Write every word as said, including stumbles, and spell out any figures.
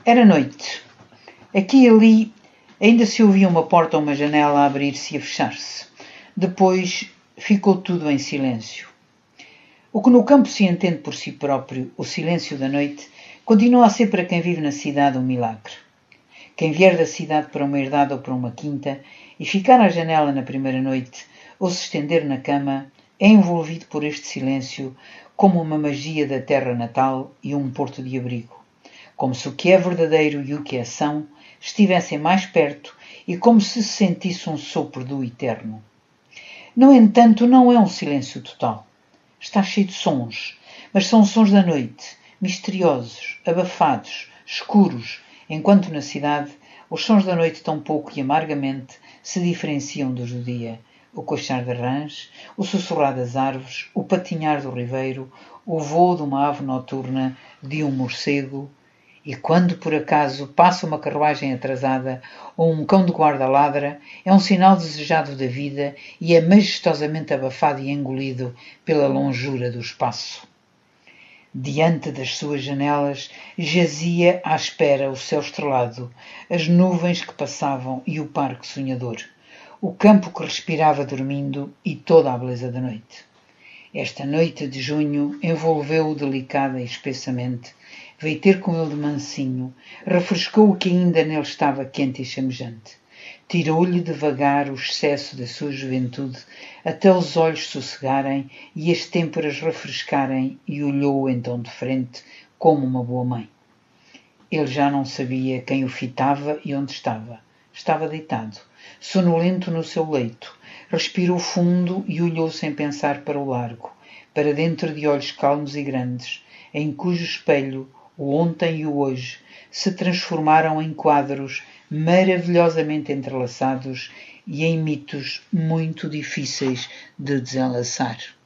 Era noite. Aqui e ali ainda se ouvia uma porta ou uma janela a abrir-se e a fechar-se. Depois ficou tudo em silêncio. O que no campo se entende por si próprio, o silêncio da noite, continua a ser para quem vive na cidade um milagre. Quem vier da cidade para uma herdade ou para uma quinta e ficar à janela na primeira noite ou se estender na cama, é envolvido por este silêncio como uma magia da terra natal e um porto de abrigo. Como se o que é verdadeiro e o que é são estivessem mais perto e como se se sentisse um sopro do eterno. No entanto, não é um silêncio total. Está cheio de sons, mas são sons da noite, misteriosos, abafados, escuros, enquanto na cidade os sons da noite tão pouco e amargamente se diferenciam dos do dia. O coxar de rãs, o sussurrar das árvores, o patinhar do ribeiro, o voo de uma ave noturna, de um morcego. E quando por acaso passa uma carruagem atrasada ou um cão de guarda ladra, é um sinal desejado da vida e é majestosamente abafado e engolido pela longura do espaço. Diante das suas janelas jazia à espera o céu estrelado, as nuvens que passavam e o parque sonhador, o campo que respirava dormindo e toda a beleza da noite. Esta noite de junho envolveu-o delicada e espessamente, veio ter com ele de mansinho, refrescou o que ainda nele estava quente e chamejante. Tirou-lhe devagar o excesso da sua juventude, até os olhos sossegarem e as têmporas refrescarem, e olhou-o então de frente, como uma boa mãe. Ele já não sabia quem o fitava e onde estava. Estava deitado, sonolento no seu leito. Respirou fundo e olhou sem pensar para o largo, para dentro de olhos calmos e grandes, em cujo espelho o ontem e o hoje se transformaram em quadros maravilhosamente entrelaçados e em mitos muito difíceis de desenlaçar.